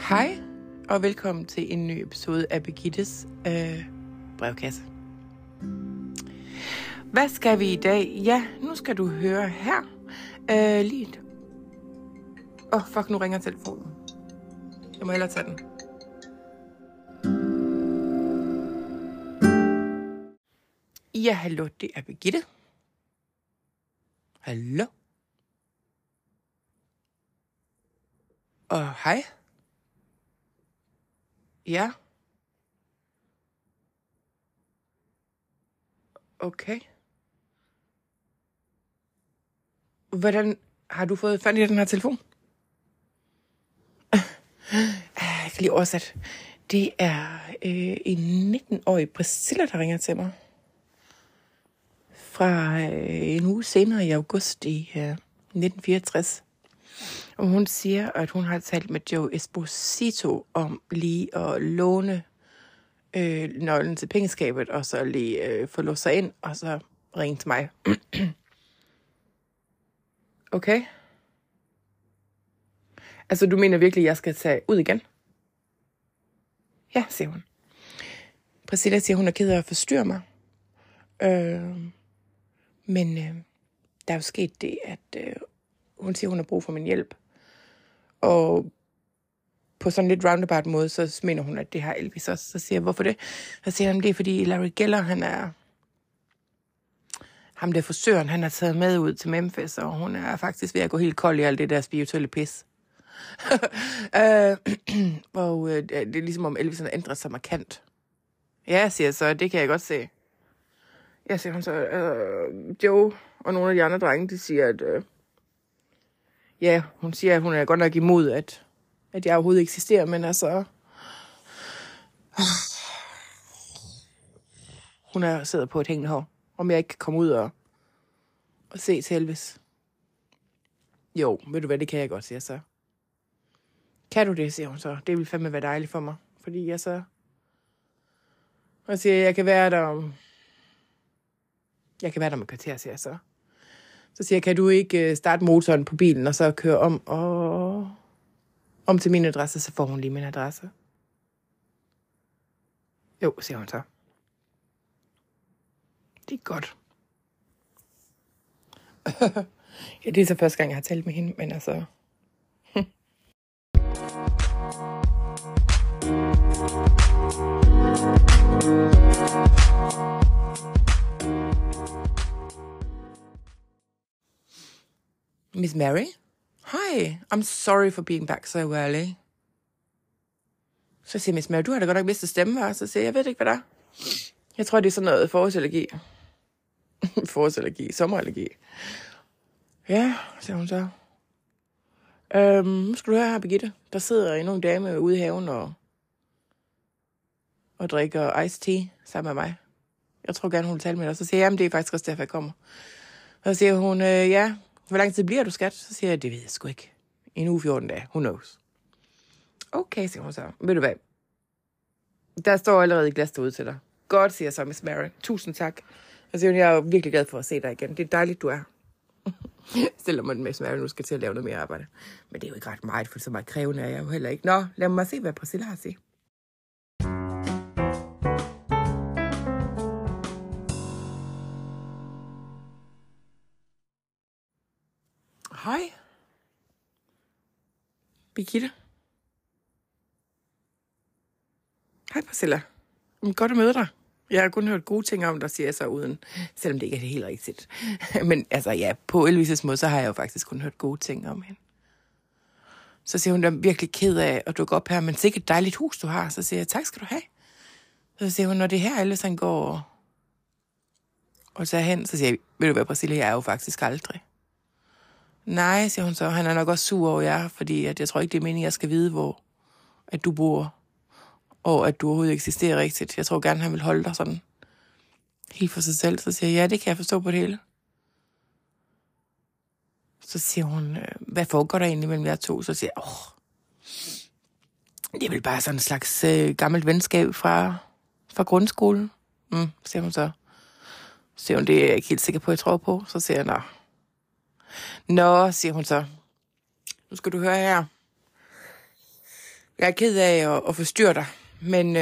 Hej, og velkommen til en ny episode af Birgittes brevkasse. Hvad skal vi i dag? Ja, nu skal du høre her. Lige. Fuck, nu ringer telefonen. Jeg må hellere tage den. Ja, hallo, det er Birgitte. Hallo. Og hej. Ja. Okay. Hvordan har du fået fat i den her telefon? Jeg kan lige oversætte. Det er en 19-årig Priscilla, der ringer til mig. Fra en uge senere i august i 1964. Og hun siger, at hun har talt med Joe Esposito om lige at låne nøglen til pengeskabet, og så lige få låst sig ind, og så ringe til mig. Okay. Altså, du mener virkelig, at jeg skal tage ud igen? Ja, siger hun. Priscilla siger, hun er ked af at forstyrre mig. Men der er jo sket det, at hun siger, hun har brug for min hjælp. Og på sådan lidt roundabout måde, så mener hun, at det har Elvis også. Så siger jeg, hvorfor det? Så siger han, det er fordi Larry Geller, han er ham der frisøren, han har taget med ud til Memphis, og hun er faktisk ved at gå helt kold i alt det der spirituelle pis. Og det er ligesom om Elvis har ændret sig markant. Ja, siger jeg så, det kan jeg godt se. Ja, siger hun så, Joe og nogle af de andre drenge, de siger, at ja, hun siger, at hun er godt nok imod, at jeg overhovedet eksisterer, men altså hun er sidder på et hængende hår, om jeg ikke kan komme ud og se til Elvis. Jo, ved du hvad, det kan jeg godt, siger jeg så. Kan du det, siger hun så. Det vil fandme være dejligt for mig, fordi jeg så... Og siger, jeg kan være der om et kvarter, siger jeg så. Så siger jeg, kan du ikke starte motoren på bilen, og så køre om til min adresse, så får hun lige min adresse. Jo, siger hun så. Det er godt. Ja, det er så første gang, jeg har talt med hende, men altså... Miss Mary? Hi, I'm sorry for being back so early. Så siger Miss Mary, du har da godt nok mistet stemme, hva'? Så siger jeg, ved ikke, hvad der er. Jeg tror, det er sådan noget forårsallergi. Sommerallergi. Ja, siger hun så. Nu skal du høre her, Birgitte. Der sidder en ung dame ude i haven og drikker iced tea sammen med mig. Jeg tror gerne, hun vil tale med dig. Så siger jeg, jamen det er faktisk også derfor, jeg kommer. Og så siger hun, ja, hvor lang tid bliver du, skat? Så siger jeg, det ved jeg sgu ikke. En uge 14 dage, who knows. Okay, siger hun så. Ved du hvad? Der står allerede et glas derude til dig. Godt, siger så Miss Mary. Tusind tak. Og så siger hun, jeg er virkelig glad for at se dig igen. Det er dejligt, du er. Selvom man Miss Mary nu skal til at lave noget mere arbejde. Men det er jo ikke ret meget, for så meget krævende er jeg jo heller ikke. Nå, lad mig se, hvad Priscilla har at sige. Hej. Birgitte. Hej Priscilla. Godt at møde dig. Jeg har kun hørt gode ting om dig, siger jeg så uden, selvom det ikke er det helt rigtigt. Men altså ja, på Elvis' måde, så har jeg jo faktisk kun hørt gode ting om hende. Så siger hun, der er virkelig ked af at dukke op her, men sikkert et dejligt hus, du har. Så siger jeg, tak skal du have. Så siger hun, når det her alle sådan går og tager hen, så siger jeg, ved du hvad, Priscilla, jeg er jo faktisk aldrig. Nej, siger hun så, han er nok også sur over jer, fordi at jeg tror ikke, det er meningen, jeg skal vide, hvor at du bor, og at du overhovedet eksisterer rigtigt. Jeg tror gerne, han vil holde dig sådan helt for sig selv. Så siger jeg, ja, det kan jeg forstå på det hele. Så siger hun, hvad foregår der egentlig mellem jer to? Så siger jeg, det er vel bare sådan en slags gammelt venskab fra grundskolen. Siger hun så. Så siger hun, det er jeg ikke helt sikker på, jeg tror på. Så siger jeg, Nå, siger hun så. Nu skal du høre her. Jeg er ked af at forstyrre dig, men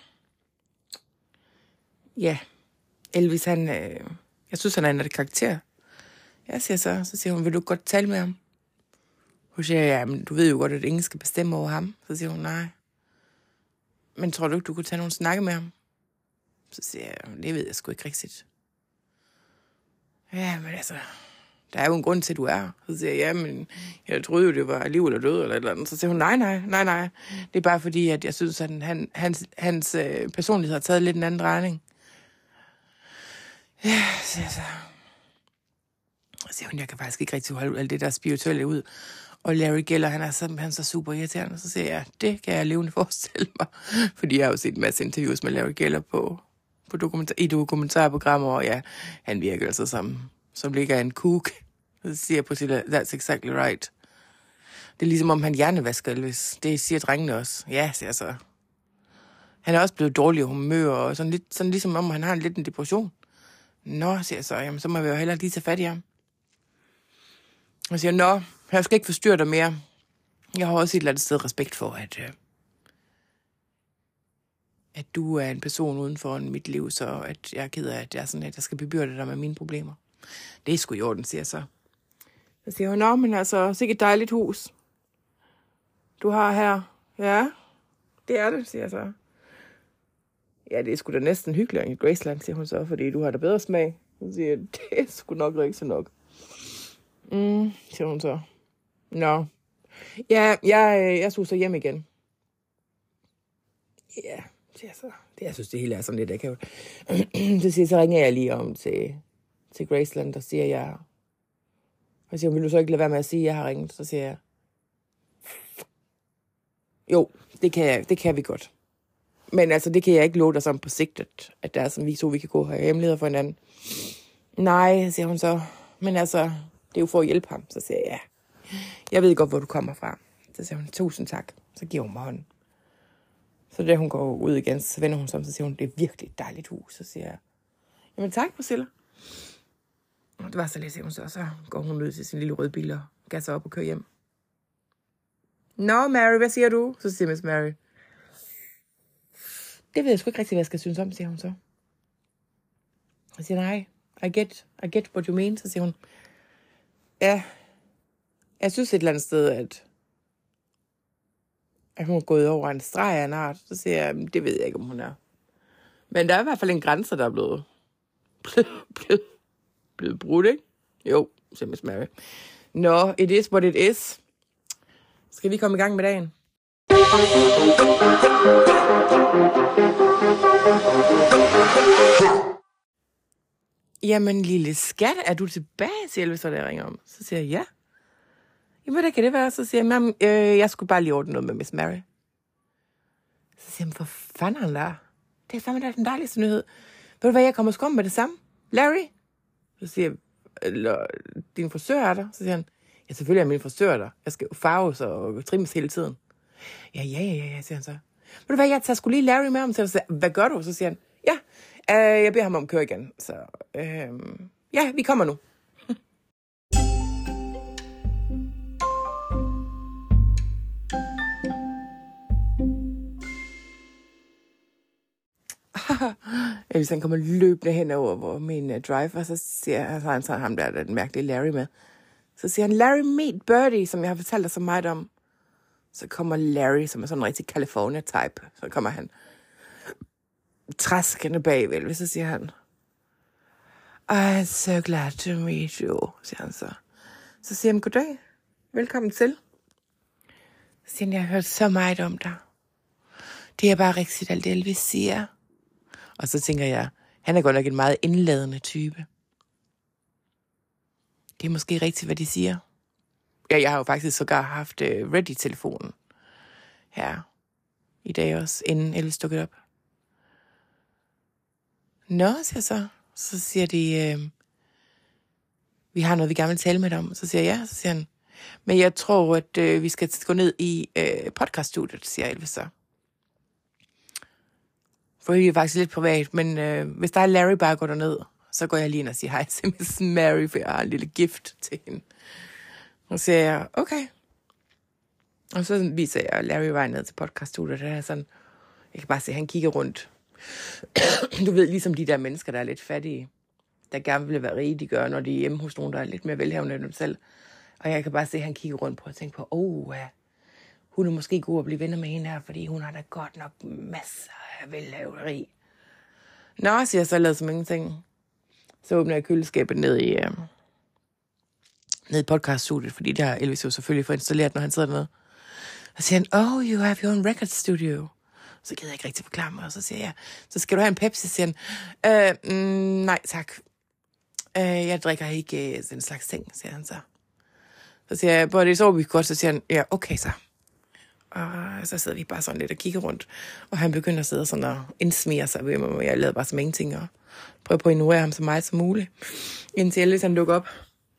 ja, Elvis, jeg synes, han er en af det karakter. Jeg siger så siger hun, vil du godt tale med ham? Hun siger, ja, men du ved jo godt, at ingen skal bestemme over ham. Så siger hun, nej. Men tror du ikke, du kunne tage nogle snakke med ham? Så siger jeg, det ved jeg sgu ikke rigtigt. Ja, men altså, der er jo en grund til, at du er her. Så siger jeg, ja, men jeg troede jo, det var liv eller død eller et eller andet. Så siger hun, nej. Det er bare fordi, at jeg synes, at hans personlighed har taget lidt en anden drejning. Ja, siger jeg så. Så siger hun, jeg kan faktisk ikke rigtig holde alt det der spirituelle ud. Og Larry Geller, han er så super irriterende. Så siger jeg, det kan jeg levende forestille mig. Fordi jeg har jo set en masse interviews med Larry Geller i dokumentarprogrammer, og ja, han virker altså som ligger en kuk. Så siger jeg på til, that's exactly right. Det er ligesom om han hjernevasker Elvis. Det siger drengene også. Ja, siger jeg så. Han er også blevet dårlig i humør, og sådan ligesom om han har lidt en depression. Nå, siger jeg så, jamen så må vi jo hellere lige tage fat i ham. Og siger, nå, jeg skal ikke forstyrre dig mere. Jeg har også et eller andet sted respekt for, at du er en person uden for mit liv, så at jeg er ked af, at jeg skal bebyrde dig med mine problemer. Det er sgu i orden, siger jeg så. Så siger hun, nå, men altså, sikkert et dejligt hus. Du har her. Ja, det er det, siger jeg så. Ja, det er sgu da næsten hyggeligere i Graceland, siger hun så, fordi du har da bedre smag. Så siger jeg, det er sgu nok rigtig nok. Siger hun så. Nå. Ja, jeg skulle så hjem igen. Ja, siger jeg så. Jeg synes, det hele er sådan lidt akavet. Så ringer jeg lige om til Graceland, og siger jeg... Og siger, vil du så ikke lade være med at sige, at jeg har ringet? Så siger jeg... Jo, det kan vi godt. Men altså, det kan jeg ikke love dig sammen på sigt, at der er sådan, vi kan gå her hemmeligheder for hinanden. Nej, siger hun så. Men altså, det er jo for at hjælpe ham. Så siger jeg, ja. Jeg ved godt, hvor du kommer fra. Så siger hun, 1000 tak. Så giver hun mig hånden. Så da hun går ud igen, så vender hun sig om, så siger hun, det er virkelig et dejligt hus. Så siger jeg, jamen tak, Priscilla. Og det var så lidt, siger hun så går hun ud til sin lille røde bil og gasser op og kører hjem. Nå, Mary, hvad siger du? Så siger Miss Mary, det ved jeg sgu ikke rigtig, hvad jeg skal synes om, siger hun så. Jeg siger, nej, I get what you mean, så siger hun, ja, jeg synes et eller andet sted, at hun er gået over en streg af en art. Så siger jeg, det ved jeg ikke, om hun er. Men der er i hvert fald en grænse, der er blevet brudt, ikke? Jo, siger Miss Mary. Nå, it is what it is. Skal vi komme i gang med dagen? Jamen, lille skat, er du tilbage, siger Elvis, der ringer om. Så siger jeg, ja. Jamen, hvad kan det være? Så siger jeg, jeg skulle bare lige ordne noget med Miss Mary. Så siger jeg, hvor fanden han der? Det er fandme den dejligste nyhed. Ved du hvad, jeg kommer sgu om med det samme. Larry? Så siger jeg, din frisør er der? Så siger han, ja, selvfølgelig er min frisør der. Jeg skal jo farves og trimmes hele tiden. Ja, siger han så. Ved du hvad, jeg tager sgu lige Larry med ham. Så siger, hvad gør du? Så siger han, ja, jeg beder ham om at køre igen. Så ja, vi kommer nu. Elvis han kommer løbende hen over hvor min driver, så siger han så ham der den mærkelige Larry med. Så siger han, Larry meet Birdie, som jeg har fortalt dig så meget om. Så kommer Larry, som er sådan en rigtig California-type. Så kommer han traskende bagved, så siger han, I'm so glad to meet you, siger han så. Så siger han, goddag, velkommen til. Så siger han, jeg har hørt så meget om dig. Det er bare rigtigt, alt det Elvis siger. Og så tænker jeg, han er godt nok en meget indladende type. Det er måske rigtigt, hvad de siger. Ja, jeg har jo faktisk sågar haft Ready-telefonen her i dag også, inden Elvis dukkede op. Nå, siger så. Så siger de, vi har noget, vi gerne vil tale med dig om. Så siger jeg, ja. Så siger han, men jeg tror, at vi skal gå ned i podcaststudiet, siger Elvis så. For det er faktisk lidt privat, men hvis der er Larry bare går derned, så går jeg lige ind og siger hej til Miss Mary, for jeg har en lille gift til hende. Og så siger jeg, okay. Og så viser jeg Larry vej ned til podcaststudiet, der er sådan, jeg kan bare se, at han kigger rundt. Du ved, ligesom de der mennesker, der er lidt fattige, der gerne vil være rige, de gør, når de er hjemme hos nogen, der er lidt mere velhavende end dem selv. Og jeg kan bare se, at han kigger rundt på og tænker på, hun er måske god at blive venner med hende her, fordi hun har da godt nok masser af velhaveri. Nå, siger jeg så, lavet som ingenting. Så åbner jeg køleskabet ned i podcaststudiet, fordi der har Elvis jo selvfølgelig fået installeret, når han sidder dernede. Og så siger han, you have your own record studio. Så gider jeg ikke rigtig forklare mig, og så siger jeg, så skal du have en Pepsi, siger han. Nej, tak. Jeg drikker ikke sådan en slags ting, siger han så. Så siger jeg, but it's all we got, så siger han, ja, okay så. Og så sidder vi bare sådan lidt og kigger rundt, og han begynder at sidde sådan og indsmire sig ved mig, og jeg lavede bare så mange ting, og prøver på at ignorere ham så meget som muligt, indtil Elvis han dukker op.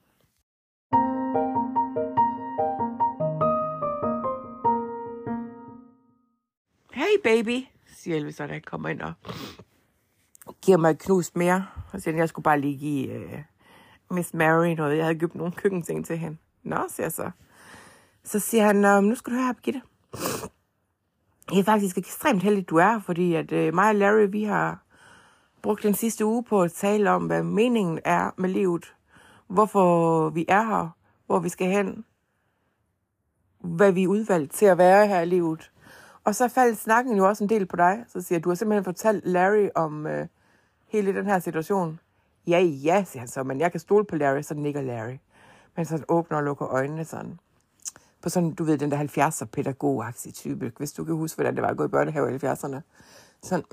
Hey baby, siger Elvis, da han kommer ind og giver mig et knus mere. Og siger, at jeg skulle bare lige give Miss Mary noget. Jeg havde købt nogle køkkenting til hende. Nå, siger jeg så. Så siger han, nu skal du høre her, Birgitte. Det er faktisk ekstremt heldigt, du er, fordi at mig og Larry, vi har brugt den sidste uge på at tale om, hvad meningen er med livet. Hvorfor vi er her, hvor vi skal hen. Hvad vi er udvalgt til at være her i livet. Og så faldt snakken jo også en del på dig. Så siger du har simpelthen fortalt Larry om hele den her situation. Ja, siger han så, men jeg kan stole på Larry, så nikker Larry. Men så åbner og lukker øjnene sådan. På sådan, du ved, den der 70'er pædagog-agtige type. Hvis du kan huske, hvordan det var at gå i børnehave i 70'erne. Sådan,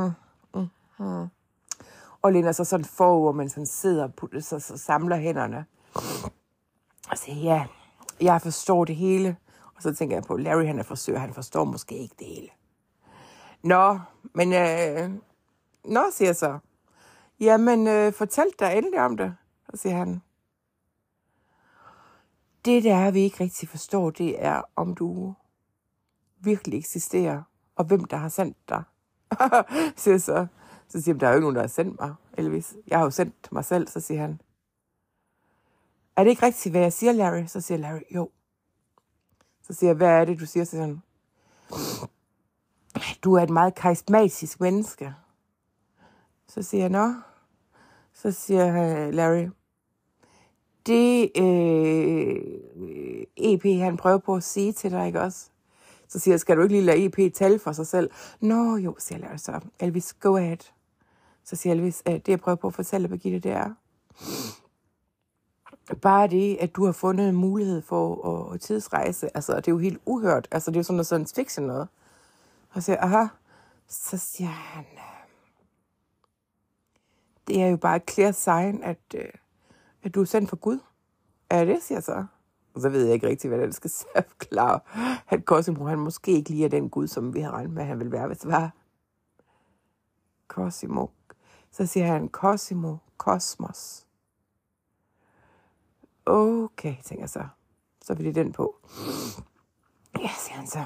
Og læner sig sådan forover, mens han sidder og så samler hænderne. Og siger, ja, jeg forstår det hele. Og så tænker jeg på, Larry han er frisør, han forstår måske ikke det hele. Nå, men, siger jeg så. Jamen, fortæl dig endelig om det, så siger han. Det der, vi ikke rigtig forstår, det er, om du virkelig eksisterer, og hvem der har sendt dig. siger så. Så siger han, der er jo ikke nogen, der har sendt mig, Elvis. Jeg har jo sendt mig selv, så siger han. Er det ikke rigtigt, hvad jeg siger, Larry? Så siger Larry, jo. Så siger jeg, hvad er det, du siger? Så siger han, du er et meget karismatisk menneske. Så siger jeg, nå. Så siger Larry, det EP, han prøver på at sige til dig, ikke også? Så siger jeg, skal du ikke lige lade EP tale for sig selv? Nå jo, siger Larry så. Elvis, go ahead. Så siger Elvis, det jeg prøver på at fortælle, Birgitte, det er bare det, at du har fundet en mulighed for at tidsrejse. Altså, det er jo helt uhørt. Altså, det er jo sådan noget science fiction noget. Og så siger aha. Så siger han, det er jo bare et clear sign, at du er sendt for Gud. Er det, siger jeg så. Og så ved jeg ikke rigtig, hvad det skal forklare. Han Cosimo, han måske ikke lige er den Gud, som vi har regnet med, at han vil være, hvis det var. Cosimo. Så siger han, Cosimo, kosmos. Okay, tænker jeg så. Så vil det den på. Ja, siger han så.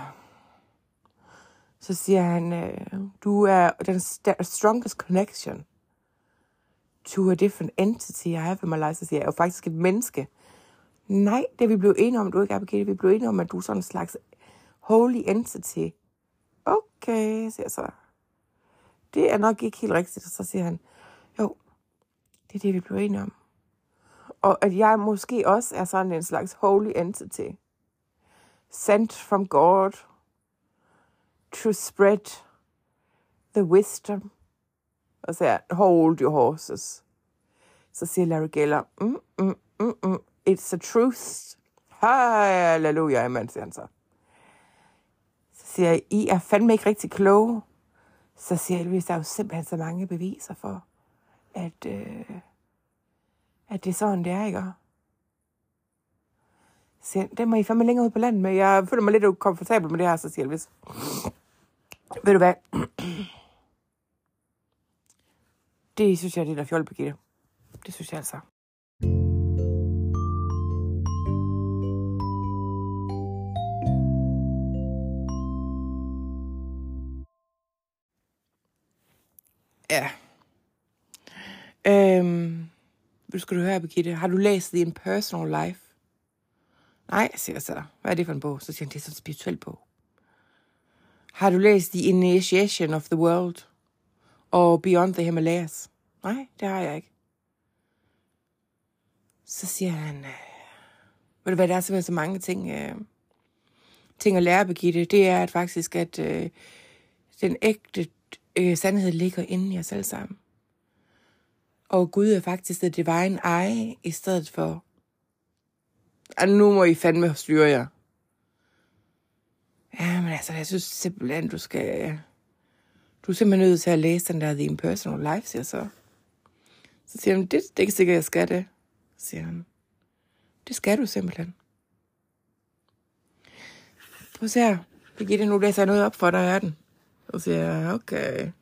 Så siger han, du er den strongest connection to a different entity I have in my life. Så siger jeg, er jo faktisk et menneske. Nej, det vi blev enige om, du ikke er, Birgitte. Vi blev enige om, at du er sådan en slags holy entity. Okay, siger jeg så. Det er nok ikke helt rigtigt. Og så siger han, jo, det er det, vi blev enige om. Og at jeg måske også er sådan en slags holy entity. Sent from God to spread the wisdom. Og så siger jeg, hold your horses. Så siger Larry Geller, it's a truth. Halleluja, amen, siger han så. Så siger jeg, I er fandme ikke rigtig kloge. Så siger Elvis, der er jo simpelthen så mange beviser for, at det er sådan, det er, ikke? Så det må I fandme længere ud på landet med. Jeg føler mig lidt ukomfortabel med det her, så siger Elvis. Ved du hvad? Det synes jeg, det er der fjol, Birgitte. Det synes jeg altså. Ja. Nu skal du høre, Birgitte. Har du læst The Impersonal Life? Nej, siger jeg så. Hvad er det for en bog? Så siger han, det er sådan en spirituel bog. Har du læst The Initiation of the World? Og Beyond the Himalayas? Nej, det har jeg ikke. Så siger han, ved du hvad, der er simpelthen så mange ting at lære, Birgitte. Det er at faktisk, at den ægte sandhed ligger inde i os alle sammen. Og Gud er faktisk det divine eye, i stedet for, at nu må I fandme styre jer. Ja, men altså, jeg synes simpelthen, du er simpelthen nødt til at læse den der The Impersonal Life, siger så. Så siger han, det er ikke sikkert, jeg skal det, siger han. Det skal du simpelthen. Prøv at se her, Birgitte, nu læser jeg noget op for dig, er den. Så siger jeg, okay.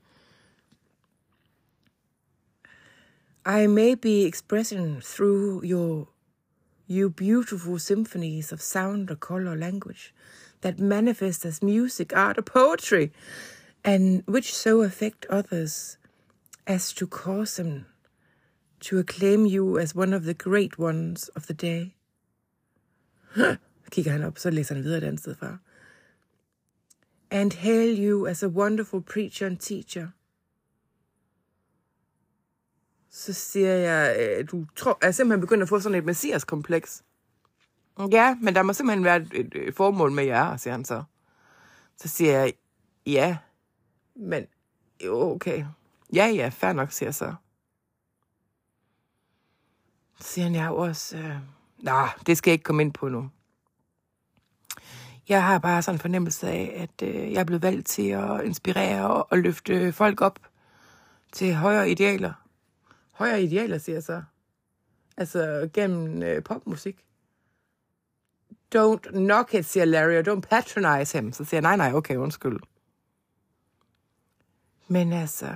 I may be expressing through you beautiful symphonies of sound or color or language that manifest as music, art or poetry, and which so affect others as to cause them to acclaim you as one of the great ones of the day. Kigger han op, så læser han videre et andet sted fra. And hail you as a wonderful preacher and teacher. Så siger jeg, du er simpelthen begyndt at få sådan et messias-kompleks. Ja, men der må simpelthen være et formål med jer, siger han så. Så siger jeg, ja, men jo, okay. Ja, fair nok, siger jeg så. Så siger han, jeg har også, det skal jeg ikke komme ind på nu. Jeg har bare sådan en fornemmelse af, at jeg er blevet valgt til at inspirere og løfte folk op til højere idealer. Højere idealer, siger jeg så. Altså gennem popmusik. Don't knock it, siger Larry, og don't patronize him. Så siger jeg, nej, okay, undskyld. Men altså...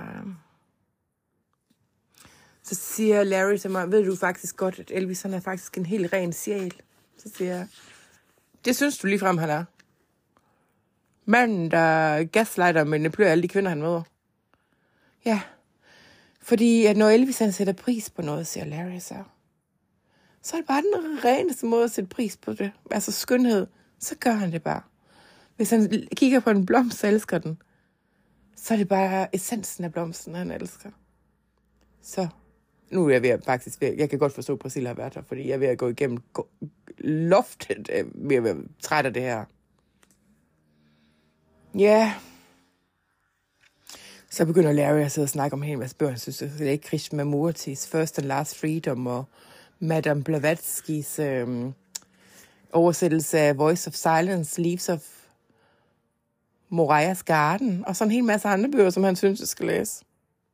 Så siger Larry til mig, ved du faktisk godt, at Elvis han er faktisk en helt ren sjæl? Så siger jeg, det synes du ligefrem, han er. Manden, der gaslighter og manipulerer alle de kvinder, han møder. Ja, fordi at når Elvis han sætter pris på noget, siger Larry så er det bare den reneste måde at sætte pris på det. Altså skønhed, så gør han det bare. Hvis han kigger på en blomst, så elsker den. Så er det bare essensen af blomsten, han elsker. Så nu er jeg ved at faktisk, jeg kan godt forstå, at Priscilla har været her, fordi jeg er ved at gå igennem loftet, ved at være træt af det her. Ja. Så begynder Larry at sidde og snakke om en hel masse bøger. Han synes, det er ikke Krishnamurtis First and Last Freedom, og Madame Blavatskys oversættelse af Voice of Silence, Leaves of Moriah's Garden, og sådan en hel masse andre bøger, som han synes, jeg skal læse.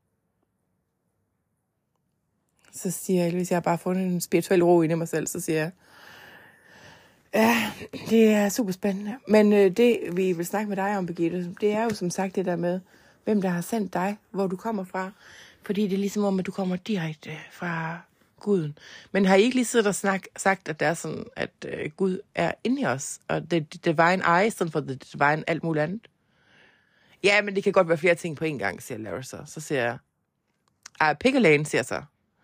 Så siger jeg, hvis jeg har bare fundet en spirituel ro inde i mig selv, så siger jeg, ja, det er super spændende. Men det, vi vil snakke med dig om, Birgitte, det er jo som sagt det der med, hvem der har sendt dig, hvor du kommer fra. Fordi det er ligesom om, at du kommer direkte fra Guden. Men har I ikke lige siddet og sagt, at det er sådan, at Gud er inde i os, og det divine eye, sådan for det divine alt muligt andet? Ja, men det kan godt være flere ting på en gang, siger Larry så. Så siger jeg, Pickelane, siger så.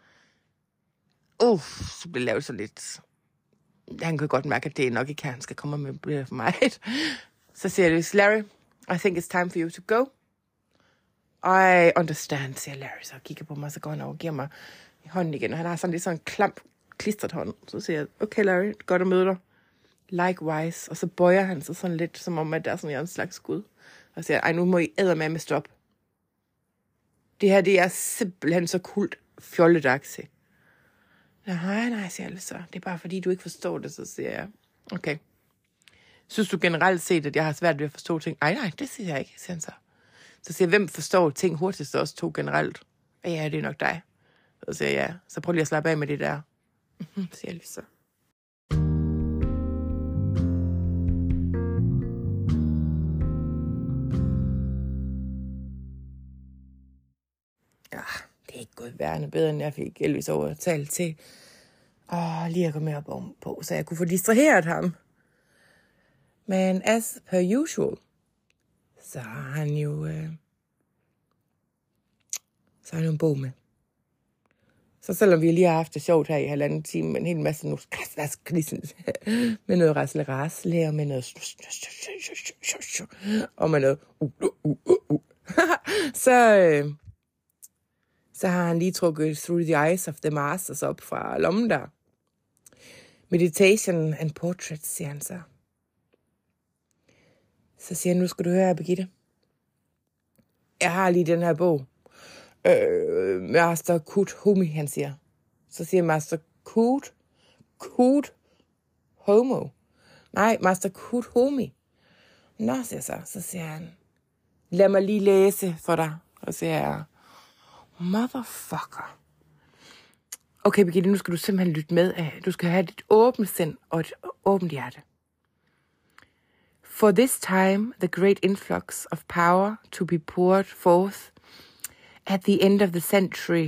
Så bliver lavet så lidt. Han kan godt mærke, at det er nok ikke han skal komme med, bliver for mig. Så siger jeg, Larry, I think it's time for you to go. I understand, siger Larry, så kigger på mig, så går han over og giver mig hånden igen. Og han har sådan lidt sådan en klamp, klistret hånd. Så siger jeg, okay Larry, godt at møde dig. Likewise. Og så bøjer han sig sådan lidt, som om, at der er sådan en slags skud. Og siger, ej, nu må I eddermame stop. Det her, det er simpelthen så kult fjolledagtigt. Nej, siger jeg så. Det er bare fordi, du ikke forstår det, så siger jeg, okay. Synes du generelt set, at jeg har svært ved at forstå ting? Nej, det siger jeg ikke, siger han så. Så siger jeg, hvem forstår ting hurtigst også to generelt? Ja, det er nok dig. Så siger jeg, ja. Så prøv lige at slappe af med det der. Siger jeg lige så. Ja, det er ikke gået værende bedre, end jeg fik Elvis overtalt til. Lige at komme mere op på, så jeg kunne få distraheret ham. Men as per usual, så har han jo en bog med. Så selvom vi lige har haft det sjovt her i 1,5 time, med en hel masse nu, med noget rasle, og med noget og med noget så har han lige trukket Through the Eyes of the Masters op fra lommen der. Meditation and Portraits, siger han så. Så siger han, nu skal du høre, Birgitte. Jeg har lige den her bog. Master Kut Homi, han siger. Så siger Master Kut Homo. Nej, Master Kut Homi. Nå, siger så. Så siger han, lad mig lige læse for dig. Og så siger jeg, motherfucker. Okay, Birgitte, nu skal du simpelthen lytte med. Du skal have et åbent sind og et åbent hjerte. For this time, the great influx of power to be poured forth at the end of the century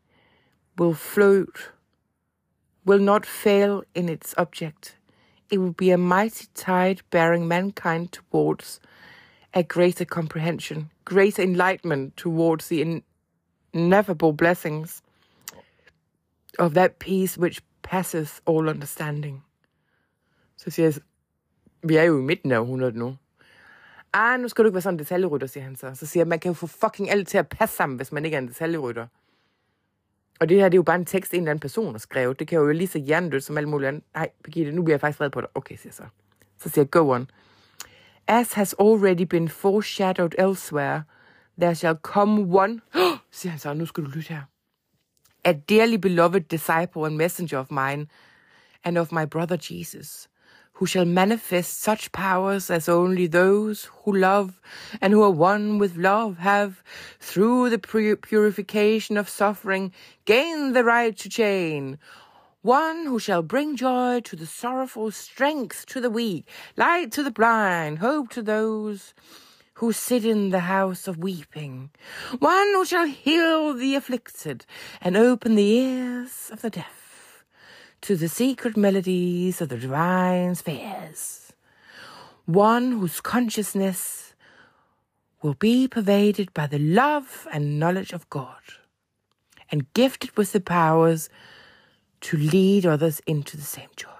will not fail in its object. It will be a mighty tide bearing mankind towards a greater comprehension, greater enlightenment towards the ineffable blessings of that peace which passes all understanding. Så siger jeg, vi er jo i midten af århundredet nu. Nu skal du ikke være sådan en detaljerytter, siger han så. Så siger jeg, man kan jo få fucking alt til at passe sammen, hvis man ikke er en detaljerytter. Og det her, det er jo bare en tekst, en eller anden person har skrevet. Det kan jo lige så hjernedødt som alt muligt andet. Nej, Birgitte, nu bliver jeg faktisk vred på dig. Okay, siger jeg så. Så siger jeg, go on. As has already been foreshadowed elsewhere, there shall come one, siger han så, nu skal du lytte her. A dearly beloved disciple and messenger of mine, and of my brother Jesus, who shall manifest such powers as only those who love and who are one with love have, through the purification of suffering, gained the right to chain. One who shall bring joy to the sorrowful, strength to the weak, light to the blind, hope to those who sit in the house of weeping. One who shall heal the afflicted and open the ears of the deaf to the secret melodies of the divine spheres. One whose consciousness will be pervaded by the love and knowledge of God, and gifted with the powers to lead others into the same joy.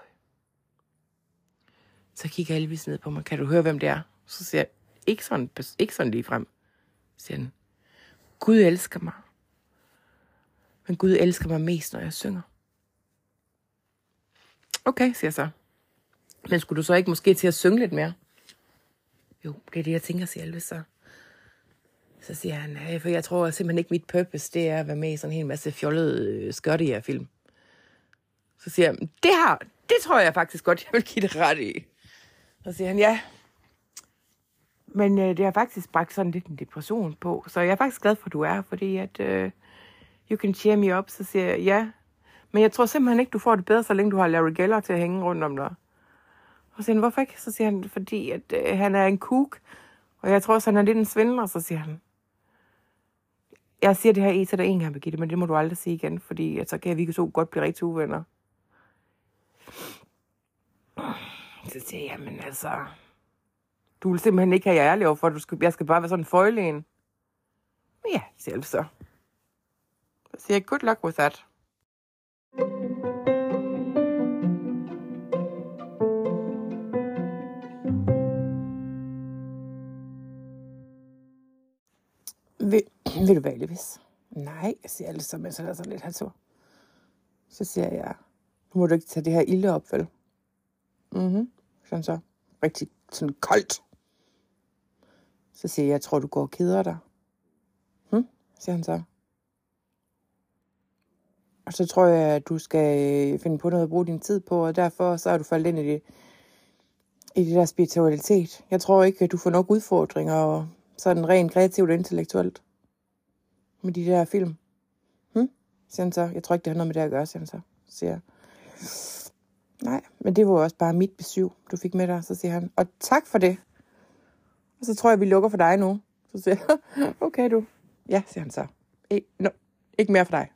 Så kigger Elvis ned på mig. Kan du høre, hvem det er? Så siger jeg, ikke sådan lige frem. Så siger han, Gud elsker mig. Men Gud elsker mig mest, når jeg synger. Okay, siger jeg så. Men skulle du så ikke måske til at synge lidt mere? Jo, det er det, jeg tænker, siger Elvis så. Så siger han, for jeg tror simpelthen ikke, mit purpose, det er at være med i sådan en hel masse fjollede skørte-film. Så siger jeg, det tror jeg faktisk godt, jeg vil give det ret i. Så siger han, ja. Men det har faktisk bragt sådan lidt en depression på. Så jeg er faktisk glad for, at du er, fordi at you can cheer me up. Så siger jeg, ja. Men jeg tror simpelthen ikke, du får det bedre, så længe du har Larry Geller til at hænge rundt om dig. Og så siger han, hvorfor ikke? Så siger han, fordi at han er en kook. Og jeg tror også, han er lidt en svindler. Så siger han, jeg siger det her til dig en gang, Birgitte, men det må du aldrig sige igen, fordi at så kan vi to godt blive rigtig uvenner. Så siger jeg, jamen altså, du vil simpelthen ikke have jer ærlig over for, jeg skal bare være sådan en føjlen. Men ja, siger jeg så. Så siger jeg, good luck with that. Vil du være Elvis? Nej, siger jeg så, men så er der sådan lidt halvsur. Så siger jeg, nu må du ikke tage det her ilde op, vel? Sådan så. Rigtig sådan koldt. Så siger jeg tror, du går og keder dig. Siger han så. Og så tror jeg, at du skal finde på noget at bruge din tid på, og derfor så er du faldet ind i det der spiritualitet. Jeg tror ikke, at du får nok udfordringer, og sådan rent kreativt og intellektuelt med de der film. Siger han så. Jeg tror ikke, det har noget med det at gøre, siger han så. Så siger jeg, nej, men det var også bare mit besøg, du fik med dig. Så siger han, og tak for det. Og så tror jeg, vi lukker for dig nu. Så siger jeg, okay du. Ja, siger han så. Ikke mere for dig.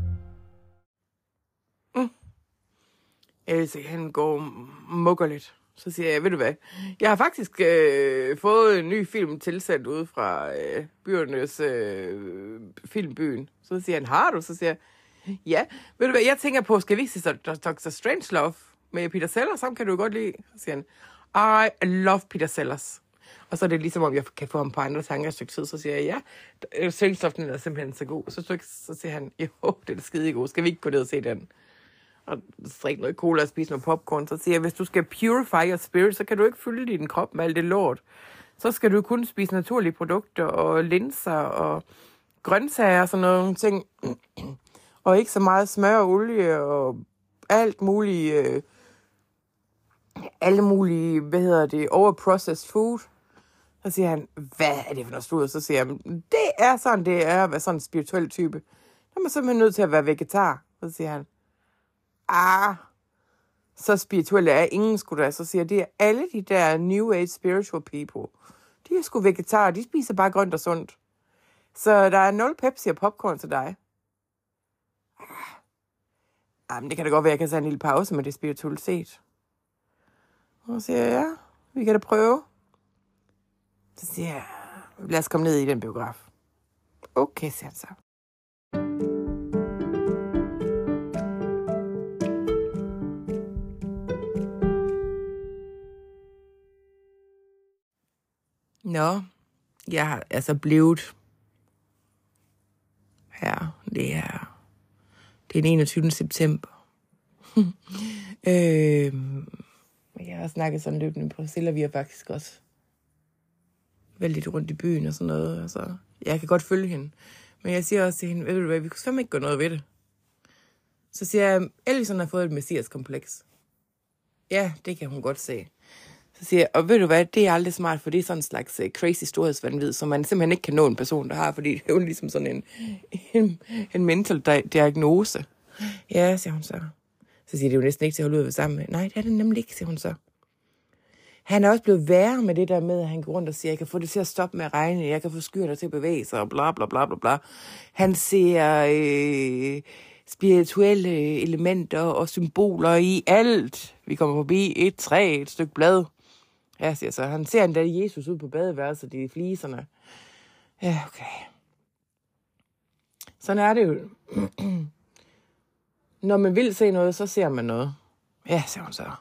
Else, han går mugger lidt. Så siger jeg, ved du hvad, jeg har faktisk fået en ny film tilsendt ude fra byernes filmbyen. Så siger han, har du? Så siger jeg, ja. Ved du hvad, jeg tænker på, skal vi se Dr. Strangelove med Peter Sellers? Ham kan du godt lide. Så siger han, I love Peter Sellers. Og så er det ligesom, om jeg kan få ham på andre tanker et stykke tid. Så siger jeg, ja, Strangelove er simpelthen så god. Så siger han, jo, det er skide god. Skal vi ikke gå ned og se den? Og drikke noget cola og spise noget popcorn, så siger jeg, hvis du skal purify your spirit, så kan du ikke fylde din krop med alt det lort. Så skal du kun spise naturlige produkter og linser og grøntsager og sådan nogle ting. Og ikke så meget smør og olie og alt muligt, alle mulige, overprocessed food. Så siger han, hvad er det for noget sludder? Så siger jeg, det er sådan, det er at være sådan en spirituel type. Så er man simpelthen nødt til at være vegetar. Så siger han, så spirituelle er ingen sgu da. Så siger det er alle de der New Age spiritual people. De er sgu vegetarer, de spiser bare grønt og sundt. Så der er 0 Pepsi og popcorn til dig. Men det kan da godt være, at jeg kan tage en lille pause med det spiritualitet. Og så siger jeg, ja, vi kan da prøve. Så siger jeg, lad os komme ned i den biograf. Okay, siger han så. Nå, jeg har altså blevet her. Det er den 21. september. Jeg har snakket sådan løbende med Priscilla, vi har faktisk også været lidt rundt i byen og sådan noget. Altså, jeg kan godt følge hende. Men jeg siger også til hende, ved du hvad, vi kunne simpelthen ikke gøre noget ved det. Så siger jeg, Ellison har fået et messias-kompleks. Ja, det kan hun godt se. Så siger jeg, og ved du hvad, det er aldrig smart, for det er sådan en slags crazy storhedsvanvid, som man simpelthen ikke kan nå en person, der har, fordi det er jo ligesom sådan en mental diagnose. Ja, siger hun så. Så siger det jo næsten ikke til at holde ud ved sammen med. Nej, det er det nemlig ikke, siger hun så. Han er også blevet værre med det der med, at han går rundt og siger, jeg kan få det til at stoppe med at regne, jeg kan få skyerne til at bevæge sig, og bla bla bla bla bla. Han ser spirituelle elementer og symboler i alt. Vi kommer forbi et træ, et stykke blad. Ja, siger så. Han ser endda Jesus ud på badeværelset, de fliserne. Ja, okay. Sådan er det jo. Når man vil se noget, så ser man noget. Ja, siger hun så.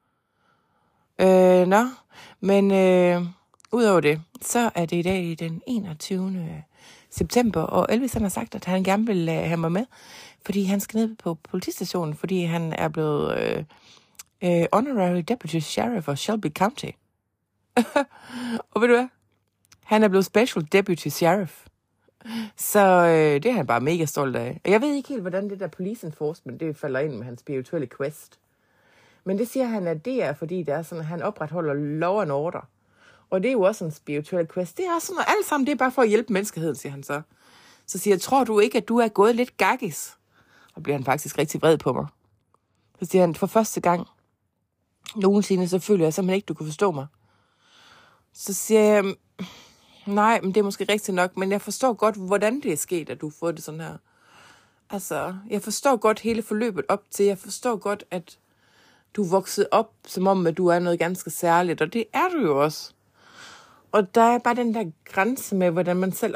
Men udover det, så er det i dag den 21. september, og Elvis han har sagt, at han gerne vil have mig med, fordi han skal ned på politistationen, fordi han er blevet honorary deputy sheriff of Shelby County. Og ved du hvad? Han er blevet special deputy sheriff. Så det er han bare mega stolt af. Og jeg ved ikke helt, hvordan det der police enforcement, det falder ind med hans spirituelle quest. Men det siger han, at det er, fordi det er sådan, at han opretholder law and order. Og det er jo også en spirituel quest. Det er også sådan, alt sammen, det er bare for at hjælpe menneskeheden, siger han så. Så siger jeg, tror du ikke, at du er gået lidt gakkis? Og bliver han faktisk rigtig vred på mig. Så siger han, for første gang nogensinde, så føler jeg simpelthen ikke, du kunne forstå mig. Så siger jeg, nej, men det er måske rigtigt nok, men jeg forstår godt, hvordan det er sket, at du har fået det sådan her. Altså, jeg forstår godt hele forløbet op til, jeg forstår godt, at du er vokset op, som om, at du er noget ganske særligt, og det er du jo også. Og der er bare den der grænse med, hvordan man selv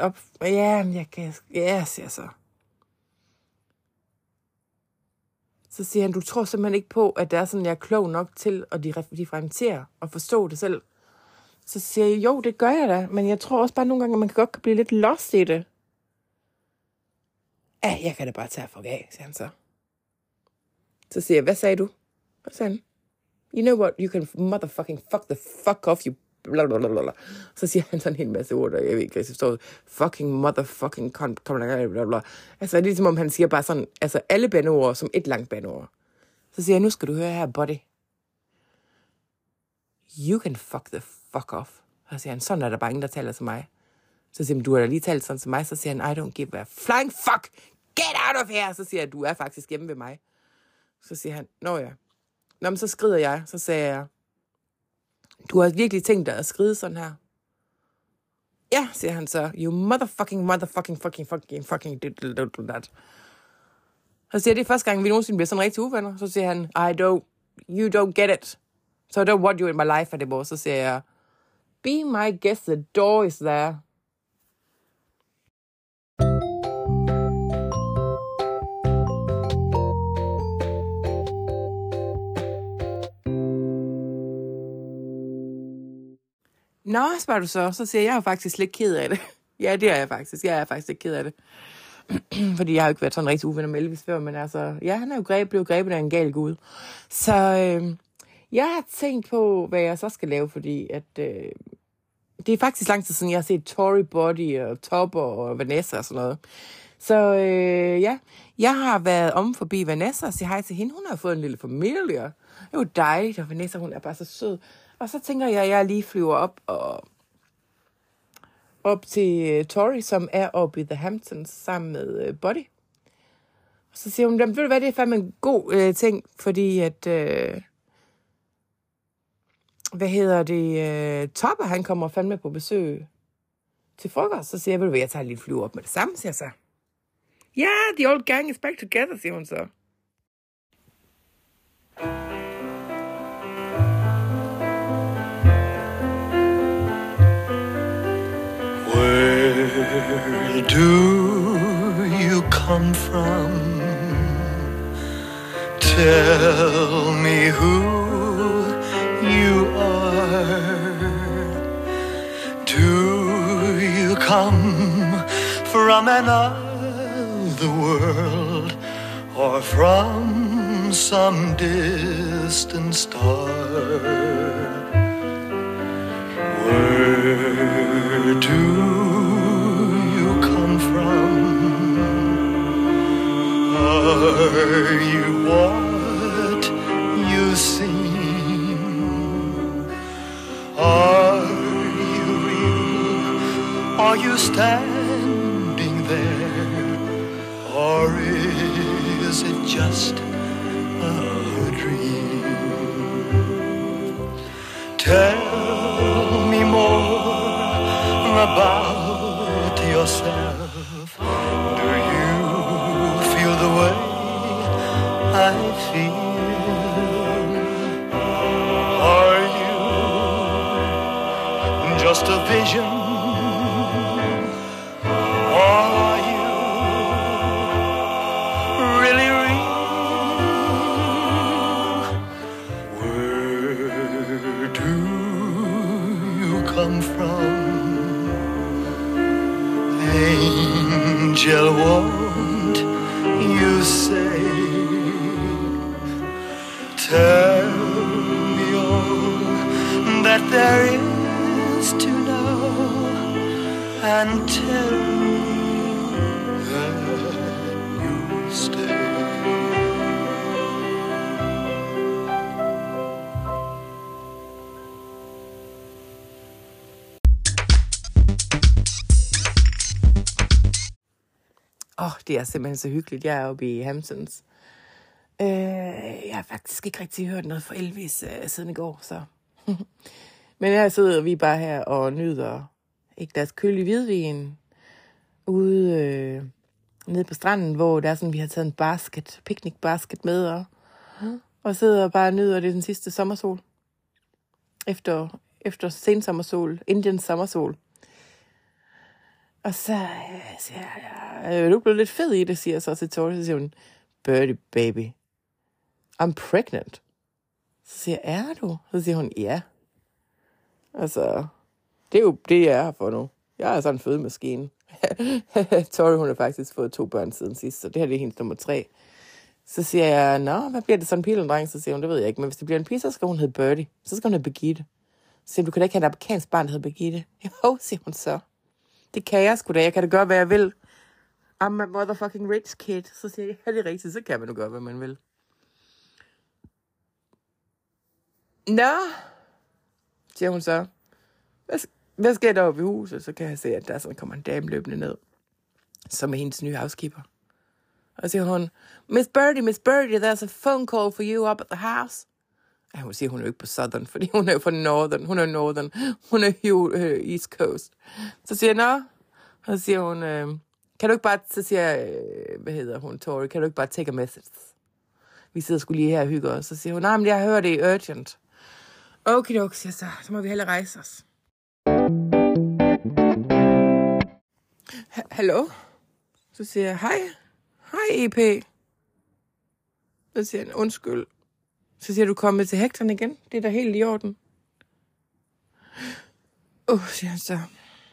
siger så. Så siger han, du tror simpelthen ikke på, at det er sådan, jeg er klog nok til at differentiere og forstå det selv. Så siger jeg, jo, det gør jeg da, men jeg tror også bare nogle gange, at man kan godt blive lidt lost i det. Ja, jeg kan da bare tage for af, siger han så. Så siger jeg, hvad sagde du? Hvad sagde han? You know what, you can motherfucking fuck the fuck off, you blablabla. Så siger han sådan en hel masse ord, og jeg ved ikke, hvad jeg forstår. Fucking motherfucking blablabla. Altså, det er som om han siger bare sådan, altså alle bandeord som et langt bandeord. Så siger jeg, nu skal du høre her, buddy. You can fuck the fuck off. Så siger han, sådan er der bare ingen, der taler til mig. Så siger han, du har da lige talt sådan til mig. Så siger han, I don't give a flying fuck. Get out of here. Så siger jeg, du er faktisk hjemme ved mig. Så siger han, nå ja. Nå, men så skrider jeg. Så sagde jeg, du har virkelig tænkt dig at skride sådan her? Ja, siger han så. You motherfucking that. Så siger jeg, det er første gang, vi nogensinde bliver sådan rigtig uvenner. Så siger han, you don't get it. So I don't want you in my life anymore. Så siger jeg, be my guest, the door is there. Nå, spørger du så siger jeg, er jo faktisk lidt ked af det. Ja, det er jeg faktisk. Jeg er faktisk lidt ked af det. Fordi jeg har jo ikke været sådan rigtig uvenner med Elvis før, men altså, ja, han er jo blevet grebet af en gal gud. Så jeg har tænkt på, hvad jeg så skal lave, fordi at det er faktisk lang tid siden, jeg har set Tori Body og Topper og Vanessa og sådan noget. Så ja, jeg har været om forbi Vanessa og sige hej til hende. Hun har fået en lille familie. Det er jo dejligt, og Vanessa, hun er bare så sød. Og så tænker jeg, at jeg lige flyver op til Tori, som er oppe i The Hamptons sammen med Buddy. Og så siger hun, ved du hvad, det er fandme en god ting, fordi at, Topper, han kommer fandme på besøg til frokost. Så siger jeg, ved du hvad, jeg tager lige flyve op med det samme, siger jeg så. Ja, the old gang is back together, siger hun så. Where do you come from? Tell me who you are. Do you come from another world or from some distant star? Where do you come from? Are you what you seem? Are you real? Are you standing there? Or is it just a dream? Tell me more about yourself. Do you feel the way I feel? Are you just a vision? Or are you really real? Where do you come from? Angel, won't you say? Tell me all that there is to know, and tell me that you'll stay. Det er simpelthen så hyggeligt. Jeg er oppe i Hamptons. Jeg har faktisk ikke rigtig hørt noget fra Elvis siden i går, så. Men her sidder vi bare her og nyder et glas kølig hvidvin ude nede på stranden, hvor der er sådan, vi har taget en picnic-basket med og sidder og bare nyder det den sidste sommersol. Efter sensommersol, Indiens sommersol. Og så siger jeg, er du blevet lidt fed i det, siger jeg så til Tori. Så siger hun, Birdie baby, I'm pregnant. Så siger jeg, er du? Så siger hun, ja. Altså, det er jo det, jeg er her for nu. Jeg er sådan en fødemaskine. Tori, hun har faktisk fået 2 børn siden sidst, så det her det er hendes nummer 3. Så siger jeg, nå, hvad bliver det sådan en pige eller en dreng? Så siger hun, det ved jeg ikke, men hvis det bliver en pige, så skal hun hedde Birdie. Så skal hun hedde Birgitte. Så siger hun, du kan da ikke have et amerikansk barn, der hedder Birgitte. Jo, siger hun så. Det kan jeg sgu da. Jeg kan da gøre, hvad jeg vil. I'm a motherfucking rich kid. Så siger jeg, ja, det er rigtigt. Så kan man jo gøre, hvad man vil. Nå, siger hun så. Hvad sker der oppe i huset? Så kan jeg se, at der sådan kommer en dame løbende ned. Som er hendes nye housekeeper. Og så siger hun, Miss Birdie, there's a phone call for you up at the house. Ja, hun siger, hun er jo ikke på Southern, fordi hun er jo fra Northern. Hun er jo East Coast. Så siger jeg, nå. Og så siger hun, kan du ikke bare, så siger jeg, hvad hedder hun, Tori, kan du ikke bare take a message? Vi sidder sgu lige her og hygger os. Så siger hun, nej, men jeg hører det i urgent. Okay, siger så må vi hellere rejse os. Hallo? Så siger jeg, hej EP. Så siger han, undskyld. Så siger du, kommet til Hector igen? Det er da helt i orden. Siger han så.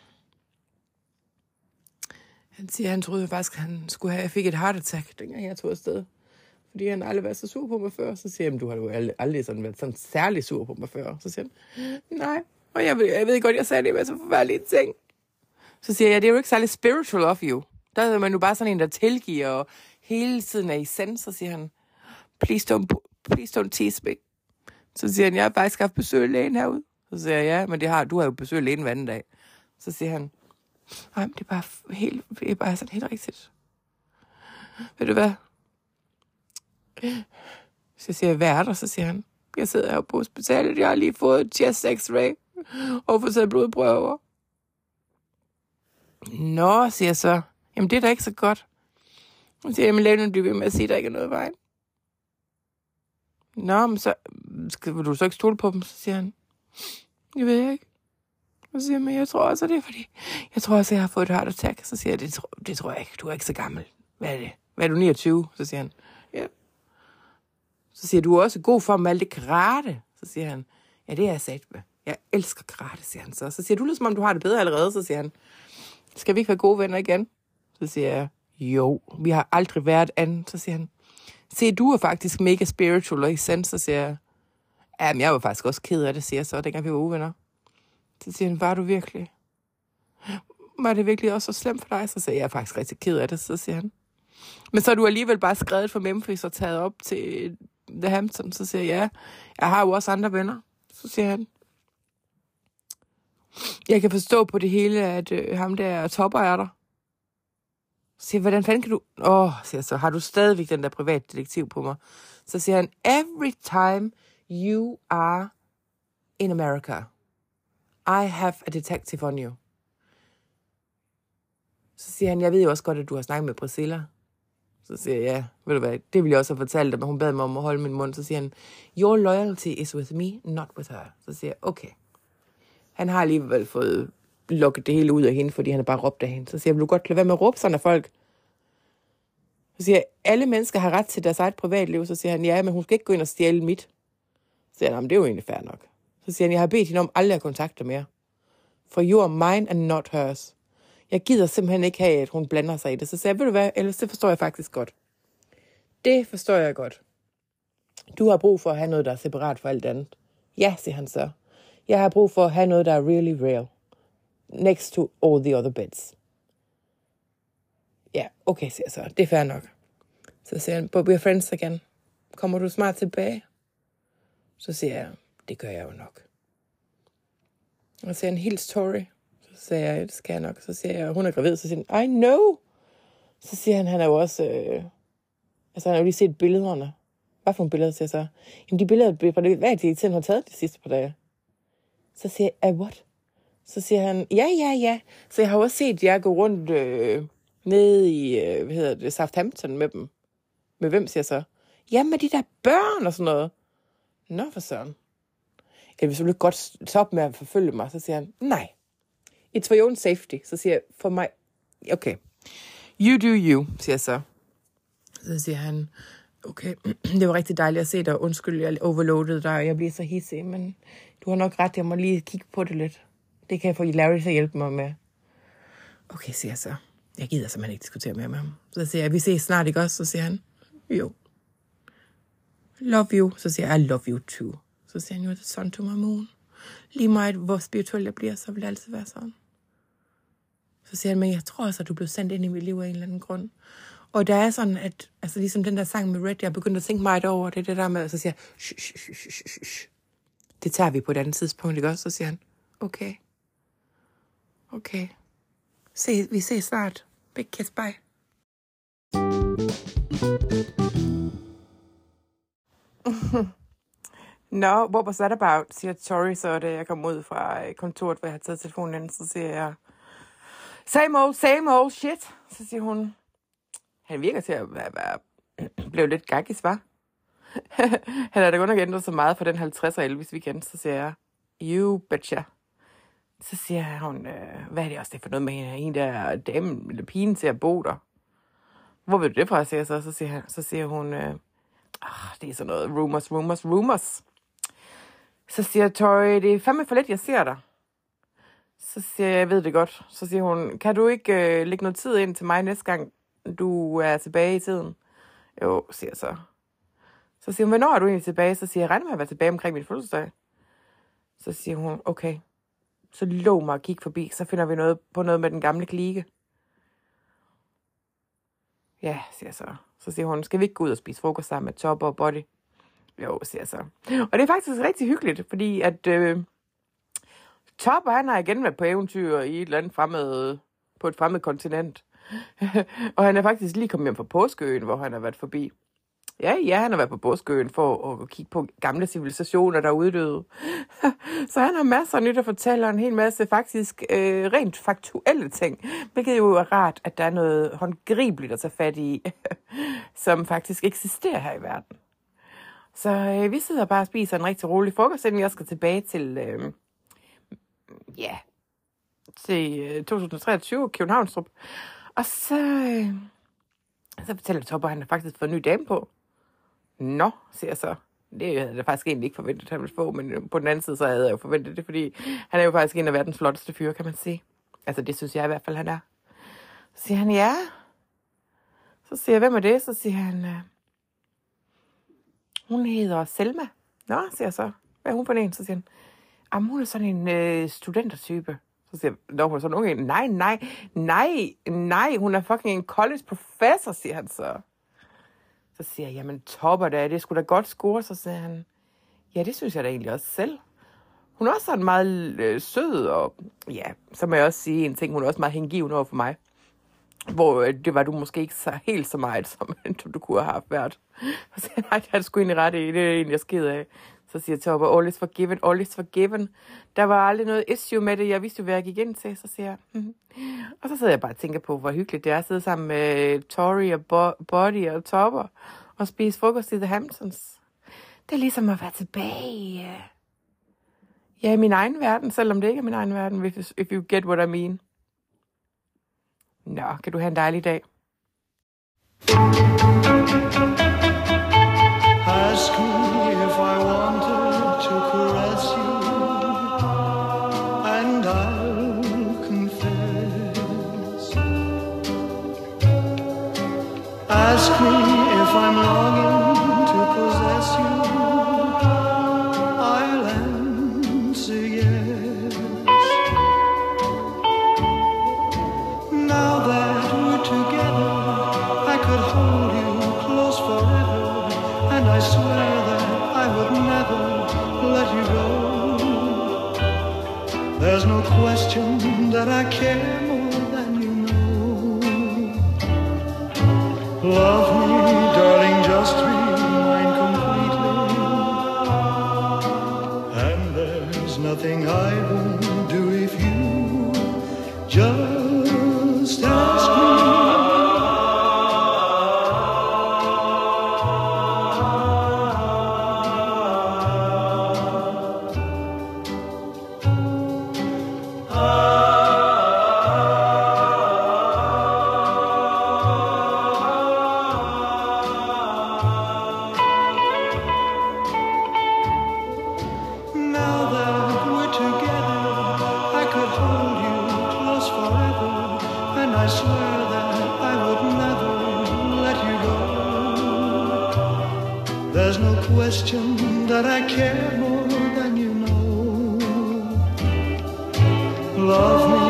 Han siger, han troede faktisk, han skulle have, jeg fik et heart attack, dengang jeg tog afsted. Fordi han aldrig været så sur på mig før. Så siger han, du har jo aldrig sådan været sådan særlig sur på mig før. Så siger han, nej. Og jeg ved godt, jeg sagde det med så forfærdelige ting. Så siger jeg, det er jo ikke særlig spiritual of you. Der er man jo bare sådan en, der tilgiver og hele tiden er i send. Så siger han, please don't tease me. Så siger han, jeg har faktisk haft besøg af lægen herude. Så siger jeg, ja, men du har jo besøg af lægen hver anden dag. Så siger han, nej, det er bare sådan helt rigtigt. Ved du hvad? Så siger jeg, hvad er der? Så siger han, jeg sidder her på hospitalet, jeg har lige fået chest x-ray og fået taget blodprøver. Nå, siger jeg så, jamen det er da ikke så godt. Så siger jeg, men lægen bliver ved med at sige, at der ikke er noget vejen. Nå, men så vil du så ikke stole på dem? Så siger han, jeg ved ikke. Så siger jeg, men jeg tror også, det er fordi, jeg tror også, jeg har fået et heart attack. Så siger jeg, det tror jeg ikke, du er ikke så gammel. Hvad er det? Hvad er du, 29? Så siger han, ja. Så siger du er også god for med alt det karate. Så siger han, ja, det er jeg sat med. Jeg elsker karate, siger han så. Så siger du lyder som om, du har det bedre allerede. Så siger han, skal vi ikke være gode venner igen? Så siger jeg, jo, vi har aldrig været anden. Så siger han, se, du er faktisk mega spiritual og i sens. Så siger jeg, ja, men jeg var faktisk også ked af det, siger jeg så, dengang vi var uvenner. Så siger han, var du virkelig? Var det virkelig også så slemt for dig? Så siger jeg, er faktisk rigtig ked af det, så siger han. Men så er du alligevel bare skrevet fra Memphis og taget op til The Hamptons. Så siger jeg, ja, jeg har jo også andre venner. Så siger han, jeg kan forstå på det hele, at ham der topper er der. Så siger jeg, hvordan fanden kan du... siger jeg så, har du stadigvæk den der privatdetektiv på mig? Så siger han, every time you are in America, I have a detective on you. Så siger han, jeg ved jo også godt, at du har snakket med Priscilla. Så siger jeg, ja, ved du hvad, det ville jeg også have fortalt dig, men hun bad mig om at holde min mund. Så siger han, your loyalty is with me, not with her. Så siger jeg, okay. Han har alligevel fået lukket det hele ud af hende, fordi han har bare råbt af hende. Så siger jeg, vil du godt lade være med at råbe sådan af folk? Så siger jeg, alle mennesker har ret til deres eget privatliv. Så siger han, ja, men hun skal ikke gå ind og stjæle mit. Så siger han, det er jo egentlig fair nok. Så siger han, jeg har bedt hende om aldrig at kontakte mere. For you are mine and not hers. Jeg gider simpelthen ikke have, at hun blander sig i det. Så siger jeg, ved du hvad, ellers det forstår jeg faktisk godt. Det forstår jeg godt. Du har brug for at have noget, der er separat for alt andet. Ja, siger han så. Jeg har brug for at have noget, der er really real. Next to all the other bits. Ja, okay, siger jeg så. Det er fair nok. Så siger han, but we're friends again. Kommer du snart tilbage? Så siger jeg, det gør jeg jo nok. Og så siger han, helt story. Så siger jeg, det skal jeg nok. Så siger jeg, hun er gravid. Så siger han, I know. Så siger han er jo også... han har jo lige set billederne. Hvad for nogle billeder, siger jeg så? Jamen, de billeder fra det, hvad de tiden har taget de sidste par dage. Så siger jeg, what? Så siger han, ja. Så jeg har også set jer gå rundt nede i, Southampton med dem. Med hvem, siger jeg så? Ja, med de der børn og sådan noget. Nå, for søren. Jeg vil selvfølgelig godt stoppe med at forfølge mig. Så siger han, nej. It's for your own safety. Så siger jeg, for mig, okay. You do you, siger jeg så. Så siger han, okay, det var rigtig dejligt at se dig. Undskyld, jeg overloadede dig. Jeg bliver så hissig, men du har nok ret. Jeg må lige kigge på det lidt. Det kan jeg få Larry til at hjælpe mig med. Okay, siger jeg så. Jeg gider simpelthen ikke diskutere mere med ham. Så siger jeg, vi ses snart, ikke også? Så siger han, jo. Love you. Så siger jeg, I love you too. Så siger han, you're the sun to my moon. Lige meget, hvor spirituel jeg bliver, så vil det altid være sådan. Så siger han, men jeg tror også, at du blev sendt ind i mit liv af en eller anden grund. Og der er sådan, at altså ligesom den der sang med Red, jeg er begyndt at tænke meget over det der med, så siger jeg, shh. Det tager vi på et andet tidspunkt, ikke også? Så siger han, okay. Vi ses snart. Big kiss, bye. Nå, what was that about, siger Tori, så da jeg kom ud fra kontoret, hvor jeg har taget telefonen ind, så siger jeg, same old shit. Så siger hun, han virker til at være blevet lidt gakkis, hva'? Han er da godt nok ændret så meget for den 50'er Elvis weekend. Så siger jeg, you betcha. Så siger hun, hvad er det også det for noget med en der dame eller pigen til at bo der? Hvor ved du det fra, siger jeg så? Så siger hun, det er sådan noget rumors. Så siger Tori, det er fandme for lidt, jeg ser dig. Så siger jeg ved det godt. Så siger hun, kan du ikke lægge noget tid ind til mig næste gang, du er tilbage i tiden? Jo, siger jeg så. Så siger hun, hvornår er du egentlig tilbage? Så siger jeg, regner med at være tilbage omkring min fødselsdag. Så siger hun, okay. Så lov mig at kigge forbi, så finder vi noget med den gamle klike. Ja, siger jeg så. Så siger hun, skal vi ikke gå ud og spise frokost sammen med Topper og Buddy? Jo, siger jeg så. Og det er faktisk rigtig hyggeligt, fordi at Topper, han har igen været på eventyr i et eller andet på et fremmed kontinent. Og han er faktisk lige kommet hjem fra Påskeøen, hvor han har været forbi. Ja, han har været på Påskeøen for at kigge på gamle civilisationer, der er uddøde. Så han har masser af nyt at fortælle, og en hel masse faktisk rent faktuelle ting. Hvilket jo er rart, at der er noget håndgribeligt at tage fat i, som faktisk eksisterer her i verden. Så vi sidder bare og spiser en rigtig rolig frokost, inden jeg skal tilbage til, til 2023, Københavnstrup. Og så fortæller Topper, at han har faktisk fået en ny dame på. Nå, siger jeg så. Det havde jeg faktisk egentlig ikke forventet, at han ville få, men på den anden side, så havde jeg jo forventet det, fordi han er jo faktisk en af verdens flotteste fyre, kan man sige. Altså, det synes jeg i hvert fald, han er. Så siger han, ja. Så siger jeg, hvem er det? Så siger han, hun hedder Selma. Nå, siger jeg så. Hvad er hun for en? Så siger han, hun er sådan en studentertype. Så siger jeg, hun er sådan unge. Nej, hun er fucking en college professor, siger han så. Så siger jeg, jamen Topper da, det skulle da godt score. Så siger han, ja, det synes jeg da egentlig også selv. Hun er også sådan meget sød, og ja, så må jeg også sige en ting, hun er også meget hengivende over for mig. Hvor det var du måske ikke så helt så meget, som du kunne have haft været. Så siger jeg, nej, det er sgu egentlig ret i, det er egentlig jeg skid af. Så siger Topper, all is forgiven. Der var aldrig noget issue med det, jeg vidste jo, hvad jeg gik ind til. Så siger jeg, Og så sidder jeg bare og tænker på, hvor hyggeligt det er at sidde sammen med Tori og Buddy og Topper og spise frokost i The Hamptons. Det er ligesom at være tilbage i min egen verden, selvom det ikke er min egen verden, if you get what I mean. Nå, kan du have en dejlig dag. Ask me if I wanted to caress you, and I'll confess. Ask me if I'm longing to possess you, I'll answer yes. Now that we're together, I could hold you close forever, and I swear that I would never let you go. There's no question that I care more than you know. Love me, darling, just be mine completely, and there's nothing I won't do if you just ask me. I swear that I would never let you go. There's no question that I care more than you know. Love me.